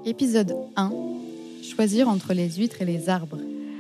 Épisode 1. Choisir entre les huîtres et les arbres.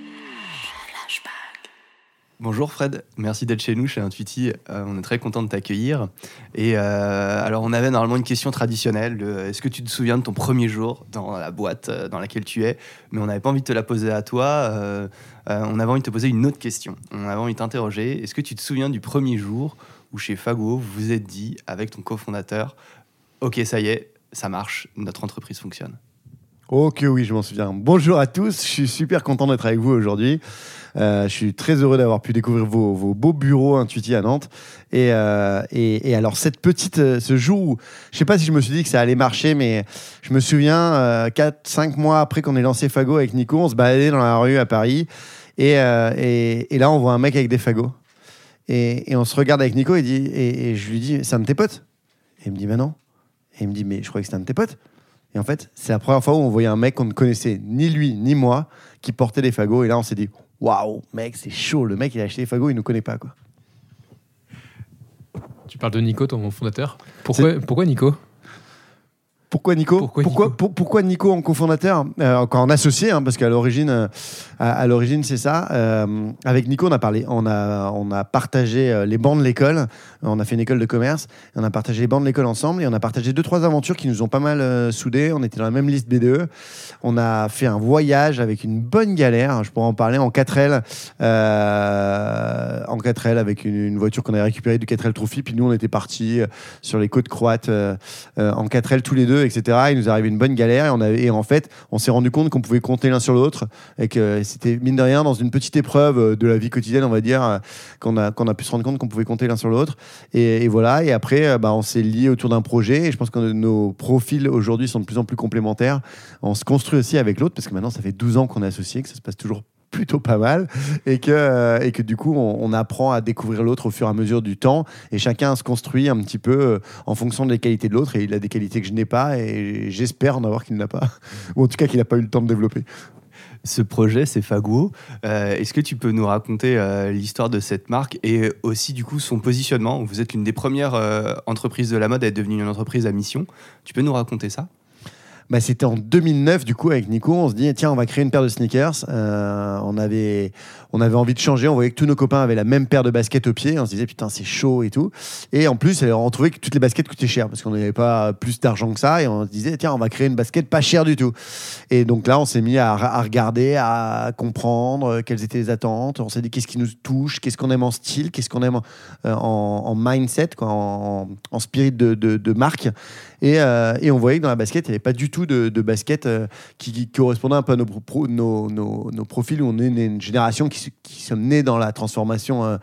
Bonjour Fred, merci d'être chez nous, chez Intuiti. On est très content de t'accueillir. Et alors, on avait normalement une question traditionnelle. Est-ce que tu te souviens de ton premier jour dans la boîte dans laquelle tu es ? Mais on n'avait pas envie de te la poser à toi. On avait envie de te poser une autre question. On avait envie de t'interroger. Est-ce que tu te souviens du premier jour où chez Fago, vous vous êtes dit, avec ton cofondateur, « Ok, ça y est, ça marche, notre entreprise fonctionne ». Ok, oui, je m'en souviens. Bonjour à tous, je suis super content d'être avec vous aujourd'hui. Je suis très heureux d'avoir pu découvrir vos beaux bureaux Intuiti à Nantes. Et alors, ce jour où, je ne sais pas si je me suis dit que ça allait marcher, mais je me souviens, 4-5 mois après qu'on ait lancé Fago avec Nico, on se baladait dans la rue à Paris. Et là, on voit un mec avec des fagots. Et on se regarde avec Nico et je lui dis, c'est un de tes potes ? Et il me dit, bah non. Et il me dit, mais je croyais que c'était un de tes potes. Et en fait, c'est la première fois où on voyait un mec qu'on ne connaissait ni lui ni moi qui portait des fagots. Et là, on s'est dit, waouh, mec, c'est chaud. Le mec, il a acheté des fagots, il ne nous connaît pas, quoi. Tu parles de Nico, ton fondateur. Pourquoi Nico ? Pourquoi Nico ? Pourquoi Nico en cofondateur, en associé, parce qu'à l'origine, c'est ça. Avec Nico, on a partagé les bancs de l'école. On a fait une école de commerce. On a partagé les bancs de l'école ensemble et on a partagé 2-3 aventures qui nous ont pas mal soudés. On était dans la même liste BDE. On a fait un voyage avec une bonne galère. Je pourrais en parler en 4L. En 4L avec une voiture qu'on avait récupérée du 4L Trophy. Puis nous, on était partis sur les côtes croates en 4L tous les deux, etc. Il nous est arrivé une bonne galère et en fait, on s'est rendu compte qu'on pouvait compter l'un sur l'autre et que c'était mine de rien dans une petite épreuve de la vie quotidienne, on va dire, qu'on a pu se rendre compte qu'on pouvait compter l'un sur l'autre. Et voilà. Et après, on s'est liés autour d'un projet. Et je pense que nos profils aujourd'hui sont de plus en plus complémentaires. On se construit aussi avec l'autre parce que maintenant, ça fait 12 ans qu'on est associés, que ça se passe toujours plutôt pas mal et que du coup on apprend à découvrir l'autre au fur et à mesure du temps et chacun se construit un petit peu en fonction des qualités de l'autre et il a des qualités que je n'ai pas et j'espère en avoir qu'il n'a pas ou en tout cas qu'il n'a pas eu le temps de développer. Ce projet, c'est Fago. Est-ce que tu peux nous raconter l'histoire de cette marque et aussi du coup son positionnement ? Vous êtes l'une des premières entreprises de la mode à être devenue une entreprise à mission. Tu peux nous raconter ça ? C'était en 2009, du coup, avec Nico, on se dit, tiens, on va créer une paire de sneakers. On avait envie de changer. On voyait que tous nos copains avaient la même paire de baskets au pied. On se disait, putain, c'est chaud et tout. Et en plus, on trouvait que toutes les baskets coûtaient cher parce qu'on n'avait pas plus d'argent que ça. Et on se disait, tiens, on va créer une basket pas chère du tout. Et donc là, on s'est mis à regarder, à comprendre quelles étaient les attentes. On s'est dit, qu'est-ce qui nous touche, qu'est-ce qu'on aime en style, qu'est-ce qu'on aime en mindset, quoi, en spirit de marque. Et on voyait que dans la basket, il n'y avait pas du tout de basket qui correspondait un peu à nos profils où on est une génération qui sommes nés dans la transformation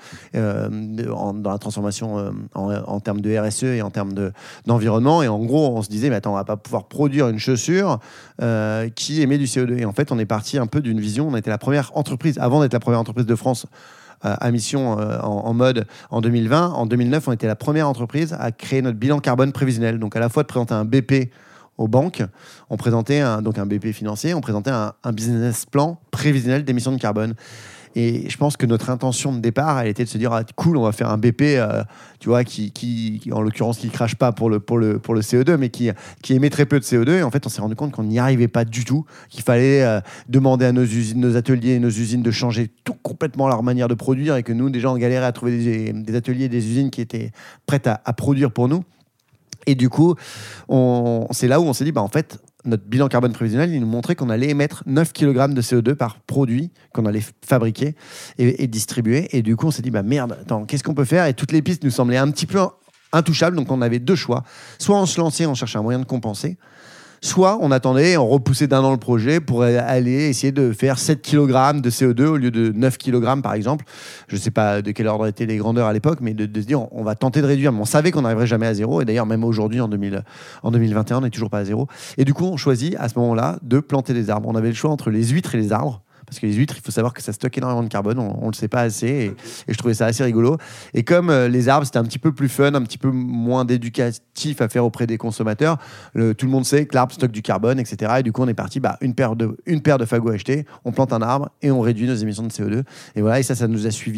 en termes de RSE et en termes d'environnement. Et en gros, on se disait, mais attends, on va pas pouvoir produire une chaussure qui émet du CO2. Et en fait, on est parti un peu d'une vision. On était la première entreprise, avant d'être la première entreprise de France, à mission en mode en 2020. En 2009, on était la première entreprise à créer notre bilan carbone prévisionnel. Donc, à la fois de présenter un BP aux banques, on présentait un BP financier, on présentait un business plan prévisionnel d'émissions de carbone. Et je pense que notre intention de départ, elle était de se dire, ah, cool, on va faire un BP, tu vois, qui en l'occurrence, qui crache pas pour le CO2, mais qui émet très peu de CO2. Et en fait, on s'est rendu compte qu'on n'y arrivait pas du tout, qu'il fallait demander à nos usines, nos ateliers et nos usines de changer tout complètement leur manière de produire et que nous, déjà, on galérait à trouver des ateliers, des usines qui étaient prêtes à produire pour nous. Et du coup, c'est là où on s'est dit, en fait, notre bilan carbone prévisionnel, il nous montrait qu'on allait émettre 9 kg de CO2 par produit qu'on allait fabriquer et distribuer. Et du coup, on s'est dit, merde, attends, qu'est-ce qu'on peut faire ? Et toutes les pistes nous semblaient un petit peu intouchables. Donc, on avait deux choix. Soit on se lançait, on cherchait un moyen de compenser. Soit on attendait, on repoussait d'un an le projet pour aller essayer de faire 7 kg de CO2 au lieu de 9 kg par exemple. Je ne sais pas de quel ordre étaient les grandeurs à l'époque, mais de se dire on va tenter de réduire. Mais on savait qu'on n'arriverait jamais à zéro. Et d'ailleurs, même aujourd'hui, en 2021, on n'est toujours pas à zéro. Et du coup, on choisit à ce moment-là de planter des arbres. On avait le choix entre les huîtres et les arbres. Parce que les huîtres, il faut savoir que ça stocke énormément de carbone, on ne le sait pas assez, et je trouvais ça assez rigolo. Et comme les arbres, c'était un petit peu plus fun, un petit peu moins d'éducatif à faire auprès des consommateurs, tout le monde sait que l'arbre stocke du carbone, etc. Et du coup, on est parti, une paire de fagots achetés, on plante un arbre et on réduit nos émissions de CO2. Et voilà, et ça nous a suivi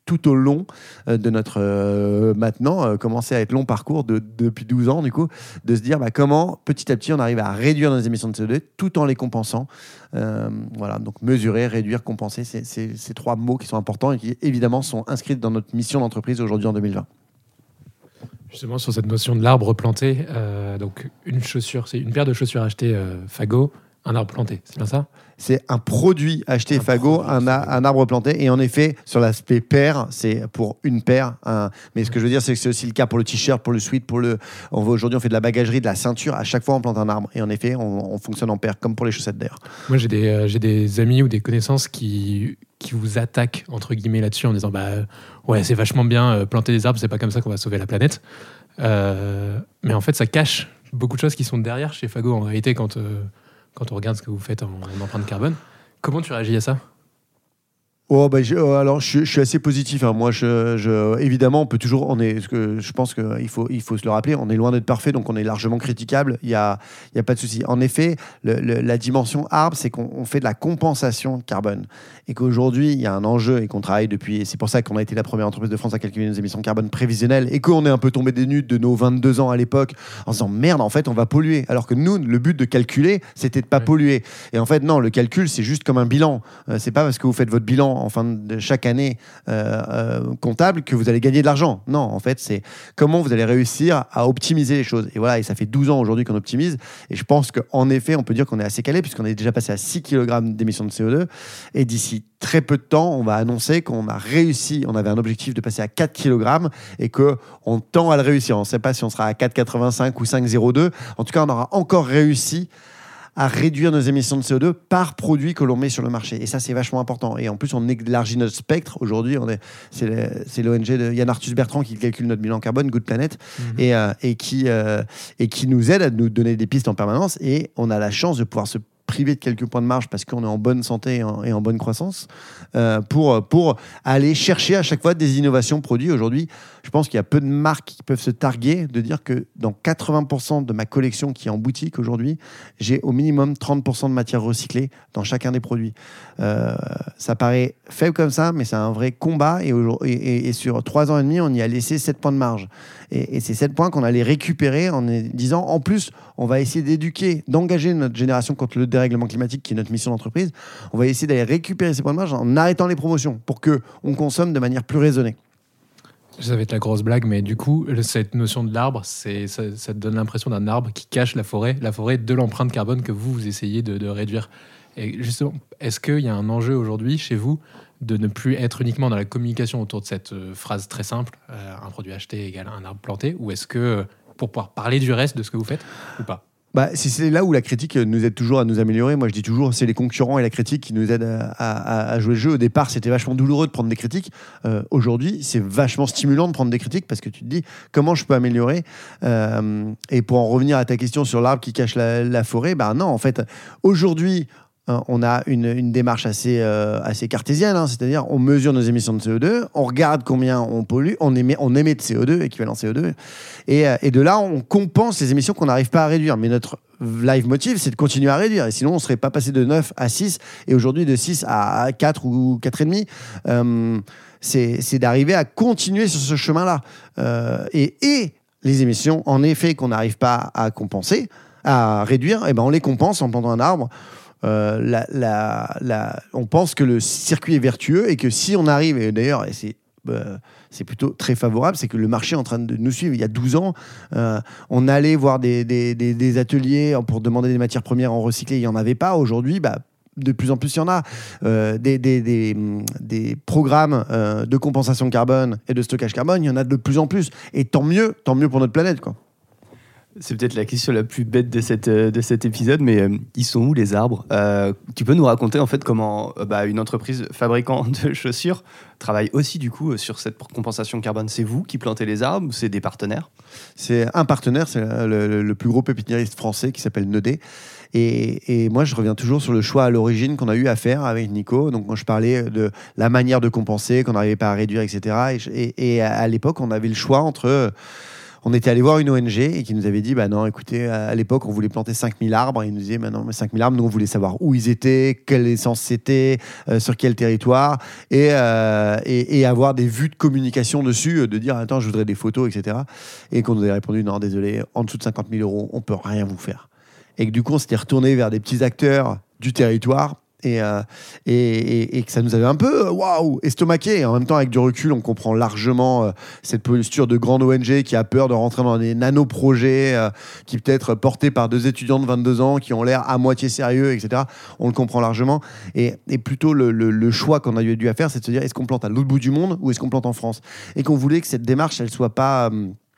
tout au long de notre commencer à être long parcours depuis 12 ans, du coup, de se dire comment petit à petit on arrive à réduire nos émissions de CO2 tout en les compensant. Voilà, donc mesurer, réduire, compenser, c'est ces 3 mots qui sont importants et qui évidemment sont inscrits dans notre mission d'entreprise aujourd'hui en 2020. Justement, sur cette notion de l'arbre planté, donc une chaussure, c'est une paire de chaussures achetées Fago, un arbre planté, c'est bien ça? C'est un produit acheté Fago, un arbre planté. Et en effet, sur l'aspect paire, c'est pour une paire. Mais ce que je veux dire, c'est que c'est aussi le cas pour le t-shirt, pour le sweat, aujourd'hui, on fait de la bagagerie, de la ceinture. À chaque fois, on plante un arbre. Et en effet, on fonctionne en paire, comme pour les chaussettes d'air. Moi, j'ai des amis ou des connaissances qui vous attaquent, entre guillemets, là-dessus, en disant ouais, c'est vachement bien, planter des arbres, c'est pas comme ça qu'on va sauver la planète. Mais en fait, ça cache beaucoup de choses qui sont derrière chez Fago, en réalité, quand on regarde ce que vous faites en empreinte carbone. Comment tu réagis à ça? Alors, je suis assez positif. Moi, évidemment, on peut toujours. Je pense qu'il faut se le rappeler. On est loin d'être parfait, donc on est largement critiquable. Il y a pas de souci. En effet, la dimension arbre, c'est qu'on fait de la compensation carbone et qu'aujourd'hui, il y a un enjeu et qu'on travaille depuis. Et c'est pour ça qu'on a été la première entreprise de France à calculer nos émissions carbone prévisionnelles et qu'on est un peu tombé des nues de nos 22 ans à l'époque en se disant merde, en fait, on va polluer. Alors que nous, le but de calculer, c'était de pas polluer. Et en fait, non, le calcul, c'est juste comme un bilan. C'est pas parce que vous faites votre bilan en fin de chaque année comptable que vous allez gagner de l'argent. Non, en fait, c'est comment vous allez réussir à optimiser les choses. Et voilà, et ça fait 12 ans aujourd'hui qu'on optimise. Et je pense qu'en effet, on peut dire qu'on est assez calé puisqu'on est déjà passé à 6 kg d'émissions de CO2. Et d'ici très peu de temps, on va annoncer qu'on a réussi. On avait un objectif de passer à 4 kg et qu'on tend à le réussir. On ne sait pas si on sera à 4,85 ou 5,02. En tout cas, on aura encore réussi à réduire nos émissions de CO2 par produit que l'on met sur le marché. Et ça, c'est vachement important. Et en plus, on élargit notre spectre. Aujourd'hui, c'est l'ONG de Yann Arthus Bertrand qui calcule notre bilan carbone, Good Planet, et qui nous aide à nous donner des pistes en permanence. Et on a la chance de pouvoir se privé de quelques points de marge parce qu'on est en bonne santé et en bonne croissance pour aller chercher à chaque fois des innovations produits. Aujourd'hui, je pense qu'il y a peu de marques qui peuvent se targuer de dire que dans 80% de ma collection qui est en boutique aujourd'hui, j'ai au minimum 30% de matière recyclée dans chacun des produits. Ça paraît faible comme ça, mais c'est un vrai combat et sur 3 ans et demi, on y a laissé 7 points de marge. Et c'est 7 points qu'on allait récupérer en disant, en plus, on va essayer d'éduquer, d'engager notre génération contre le dérèglement climatique, qui est notre mission d'entreprise. On va essayer d'aller récupérer ces points de marge en arrêtant les promotions pour qu'on consomme de manière plus raisonnée. Ça va être la grosse blague, mais du coup, cette notion de l'arbre, ça te donne l'impression d'un arbre qui cache la forêt de l'empreinte carbone que vous essayez de réduire. Et justement, est-ce qu'il y a un enjeu aujourd'hui chez vous de ne plus être uniquement dans la communication autour de cette phrase très simple, un produit acheté égale un arbre planté, ou est-ce que, pour pouvoir parler du reste de ce que vous faites, ou pas? C'est là où la critique nous aide toujours à nous améliorer. Moi, je dis toujours, c'est les concurrents et la critique qui nous aident à jouer le jeu. Au départ, c'était vachement douloureux de prendre des critiques. Aujourd'hui, c'est vachement stimulant de prendre des critiques parce que tu te dis, comment je peux améliorer et pour en revenir à ta question sur l'arbre qui cache la forêt, non, en fait, aujourd'hui, on a une démarche assez cartésienne, c'est-à-dire on mesure nos émissions de CO2, on regarde combien on pollue, on émet de CO2, équivalent CO2, et de là, on compense les émissions qu'on n'arrive pas à réduire. Mais notre live motive, c'est de continuer à réduire, et sinon, on ne serait pas passé de 9 à 6, et aujourd'hui, de 6 à 4 ou 4,5. C'est d'arriver à continuer sur ce chemin-là. Et les émissions, en effet, qu'on n'arrive pas à compenser, à réduire, on les compense en plantant un arbre. On pense que le circuit est vertueux et que si on arrive, et d'ailleurs c'est plutôt très favorable, c'est que le marché est en train de nous suivre. Il y a 12 ans, on allait voir des ateliers pour demander des matières premières en recyclé, il n'y en avait pas. Aujourd'hui, de plus en plus, il y en a des programmes de compensation carbone et de stockage carbone, il y en a de plus en plus. Et tant mieux pour notre planète, quoi. C'est peut-être la question la plus bête de cet épisode, mais ils sont où les arbres? Tu peux nous raconter en fait comment une entreprise fabricant de chaussures travaille aussi du coup sur cette compensation carbone? C'est vous qui plantez les arbres ou c'est des partenaires? C'est un partenaire, c'est le plus gros pépiniériste français qui s'appelle Nedé. Et moi, je reviens toujours sur le choix à l'origine qu'on a eu à faire avec Nico. Donc, moi, je parlais de la manière de compenser, qu'on n'arrivait pas à réduire, etc. Et à l'époque, on avait le choix entre on était allé voir une ONG et qui nous avait dit bah non, écoutez, à l'époque, on voulait planter 5000 arbres. Et ils nous disaient bah non, mais 5000 arbres, nous, on voulait savoir où ils étaient, quelle essence c'était, sur quel territoire, et avoir des vues de communication dessus, de dire attends, je voudrais des photos, etc. Et qu'on nous avait répondu non, désolé, en dessous de 50 000 euros, on peut rien vous faire. Et que du coup, on s'était retourné vers des petits acteurs du territoire. Et que ça nous avait un peu estomaqué. Et en même temps, avec du recul, on comprend largement cette posture de grande ONG qui a peur de rentrer dans des nano-projets qui peut-être portés par 2 étudiants de 22 ans qui ont l'air à moitié sérieux, etc. On le comprend largement. Et plutôt, le choix qu'on a dû faire, c'est de se dire est-ce qu'on plante à l'autre bout du monde ou est-ce qu'on plante en France ? Et qu'on voulait que cette démarche, elle soit pas...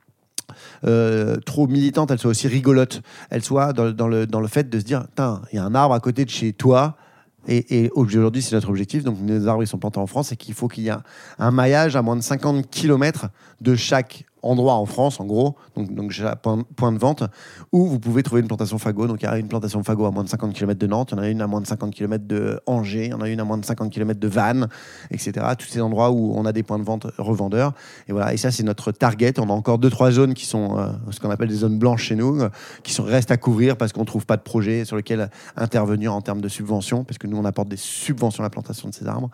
trop militante, elle soit aussi rigolote, elle soit dans le fait de se dire il y a un arbre à côté de chez toi. Et aujourd'hui, c'est notre objectif. Donc, nos arbres, ils sont plantés en France et qu'il faut qu'il y ait un maillage à moins de 50 km de chaque endroit en France, en gros, donc point de vente, où vous pouvez trouver une plantation Fago. Donc, il y a une plantation Fago à moins de 50 km de Nantes, il y en a une à moins de 50 km de Angers, il y en a une à moins de 50 km de Vannes, etc. Tous ces endroits où on a des points de vente revendeurs. Et voilà, et ça, c'est notre target. On a encore 2-3 zones qui sont ce qu'on appelle des zones blanches chez nous, restent à couvrir parce qu'on ne trouve pas de projet sur lequel intervenir en termes de subventions, parce que nous, on apporte des subventions à la plantation de ces arbres.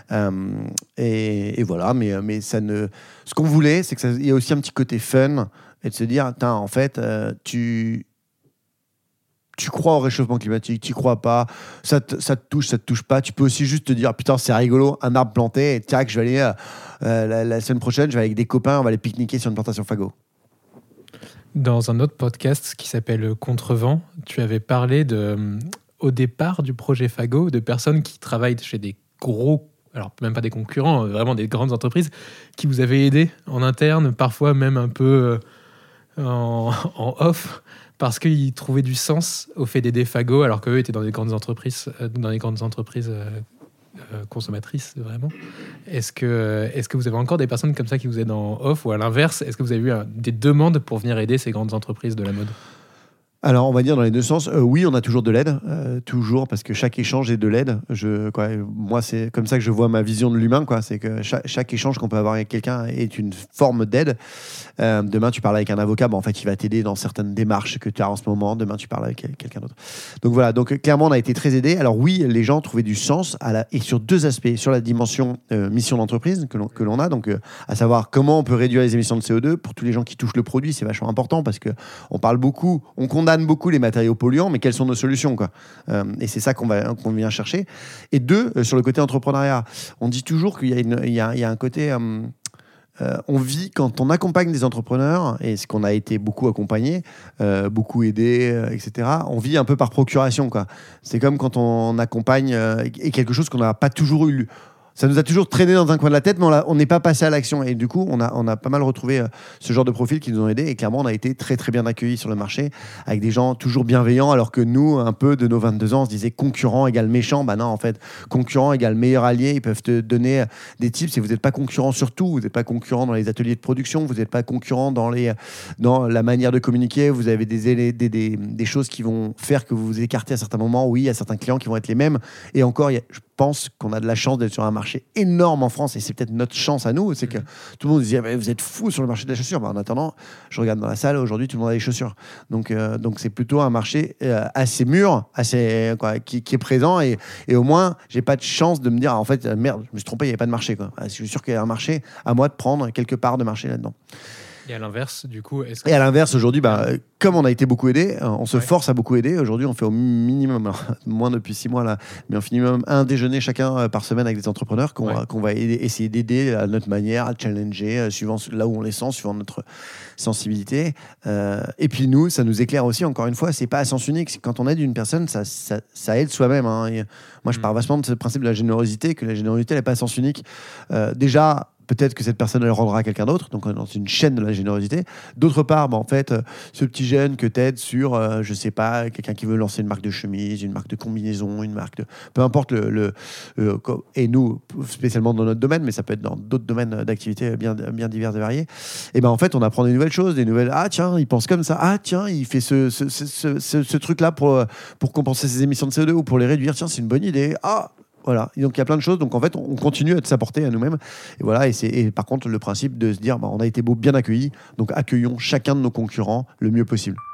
Et voilà, mais ça ne... Ce qu'on voulait, c'est qu'il y ait aussi un petit côté fun et de se dire, en fait, tu crois au réchauffement climatique, tu crois pas, ça te touche pas. Tu peux aussi juste te dire, putain, c'est rigolo, un arbre planté, et tac, je vais aller la semaine prochaine, je vais avec des copains, on va aller pique-niquer sur une plantation Fago. Dans un autre podcast qui s'appelle Contrevent, tu avais parlé au départ du projet Fago, de personnes qui travaillent chez des gros, alors même pas des concurrents, vraiment des grandes entreprises, qui vous avaient aidé en interne, parfois même un peu en off, parce qu'ils trouvaient du sens au fait d'aider Fago, alors qu'eux étaient dans des grandes entreprises, consommatrices, vraiment. Est-ce que vous avez encore des personnes comme ça qui vous aident en off, ou à l'inverse, est-ce que vous avez eu des demandes pour venir aider ces grandes entreprises de la mode ? Alors, on va dire dans les deux sens. Oui, on a toujours de l'aide, toujours, parce que chaque échange est de l'aide. Moi, c'est comme ça que je vois ma vision de l'humain, quoi. C'est que chaque échange qu'on peut avoir avec quelqu'un est une forme d'aide. Demain, tu parles avec un avocat, en fait, il va t'aider dans certaines démarches que tu as en ce moment. Demain, tu parles avec quelqu'un d'autre. Donc voilà, clairement, on a été très aidés. Alors oui, les gens trouvaient du sens et sur 2 aspects. Sur la dimension mission d'entreprise que l'on a, donc à savoir comment on peut réduire les émissions de CO2. Pour tous les gens qui touchent le produit, c'est vachement important parce qu'on parle beaucoup, on condamne beaucoup les matériaux polluants, mais quelles sont nos solutions, quoi. Et c'est ça qu'on vient chercher. Et 2, sur le côté entrepreneuriat, on dit toujours qu'il y a un côté... on vit, quand on accompagne des entrepreneurs, et ce qu'on a été beaucoup accompagné, beaucoup aidé, etc., on vit un peu par procuration, quoi. C'est comme quand on accompagne et quelque chose qu'on n'a pas toujours eu. Ça nous a toujours traîné dans un coin de la tête, mais on n'est pas passé à l'action. Et du coup, on a pas mal retrouvé ce genre de profils qui nous ont aidés. Et clairement, on a été très, très bien accueillis sur le marché, avec des gens toujours bienveillants, alors que nous, un peu de nos 22 ans, on se disait concurrent égale méchant. Non, en fait, concurrent égale meilleur allié. Ils peuvent te donner des tips. Et vous n'êtes pas concurrent sur tout. Vous n'êtes pas concurrent dans les ateliers de production. Vous n'êtes pas concurrent dans la manière de communiquer. Vous avez des choses qui vont faire que vous vous écartez à certains moments. Oui, il y a certains clients qui vont être les mêmes. Et encore, je pense qu'on a de la chance d'être sur un marché énorme en France, et c'est peut-être notre chance à nous, c'est que tout le monde disait vous êtes fous sur le marché de la chaussure. En attendant, je regarde dans la salle, aujourd'hui tout le monde a des chaussures, donc c'est plutôt un marché assez mûr, assez qui est présent, et au moins j'ai pas de chance de me dire en fait merde, je me suis trompé, il n'y avait pas de marché, quoi. Je suis sûr qu'il y a un marché, à moi de prendre quelque part de marché là-dedans. Et à l'inverse, du coup, Et à l'inverse, aujourd'hui, comme on a été beaucoup aidé, on se force à beaucoup aider. Aujourd'hui, on fait au minimum, alors, moins depuis 6 mois là, mais au minimum un déjeuner chacun par semaine avec des entrepreneurs qu'on va essayer d'aider à notre manière, à challenger, suivant là où on les sent, suivant notre sensibilité. Et puis nous, ça nous éclaire aussi. Encore une fois, c'est pas à sens unique. Quand on aide une personne, ça aide soi-même. Hein. Moi, je pars vachement de ce principe de la générosité, que la générosité, elle n'est pas à sens unique. Déjà. Peut-être que cette personne, elle rendra à quelqu'un d'autre. Donc, on est dans une chaîne de la générosité. D'autre part, en fait, ce petit jeune que t'aides sur, je sais pas, quelqu'un qui veut lancer une marque de chemise, une marque de combinaison, une marque de... Peu importe et nous, spécialement dans notre domaine, mais ça peut être dans d'autres domaines d'activité bien divers et variés. Et en fait, on apprend des nouvelles choses, des nouvelles... Ah, tiens, il pense comme ça. Ah, tiens, il fait ce truc-là pour compenser ses émissions de CO2 ou pour les réduire. Tiens, c'est une bonne idée. Ah, Voilà. Et donc, il y a plein de choses. Donc, en fait, on continue à s'apporter à nous-mêmes. Et voilà. Et par contre, le principe de se dire, on a été bien accueillis. Donc, accueillons chacun de nos concurrents le mieux possible.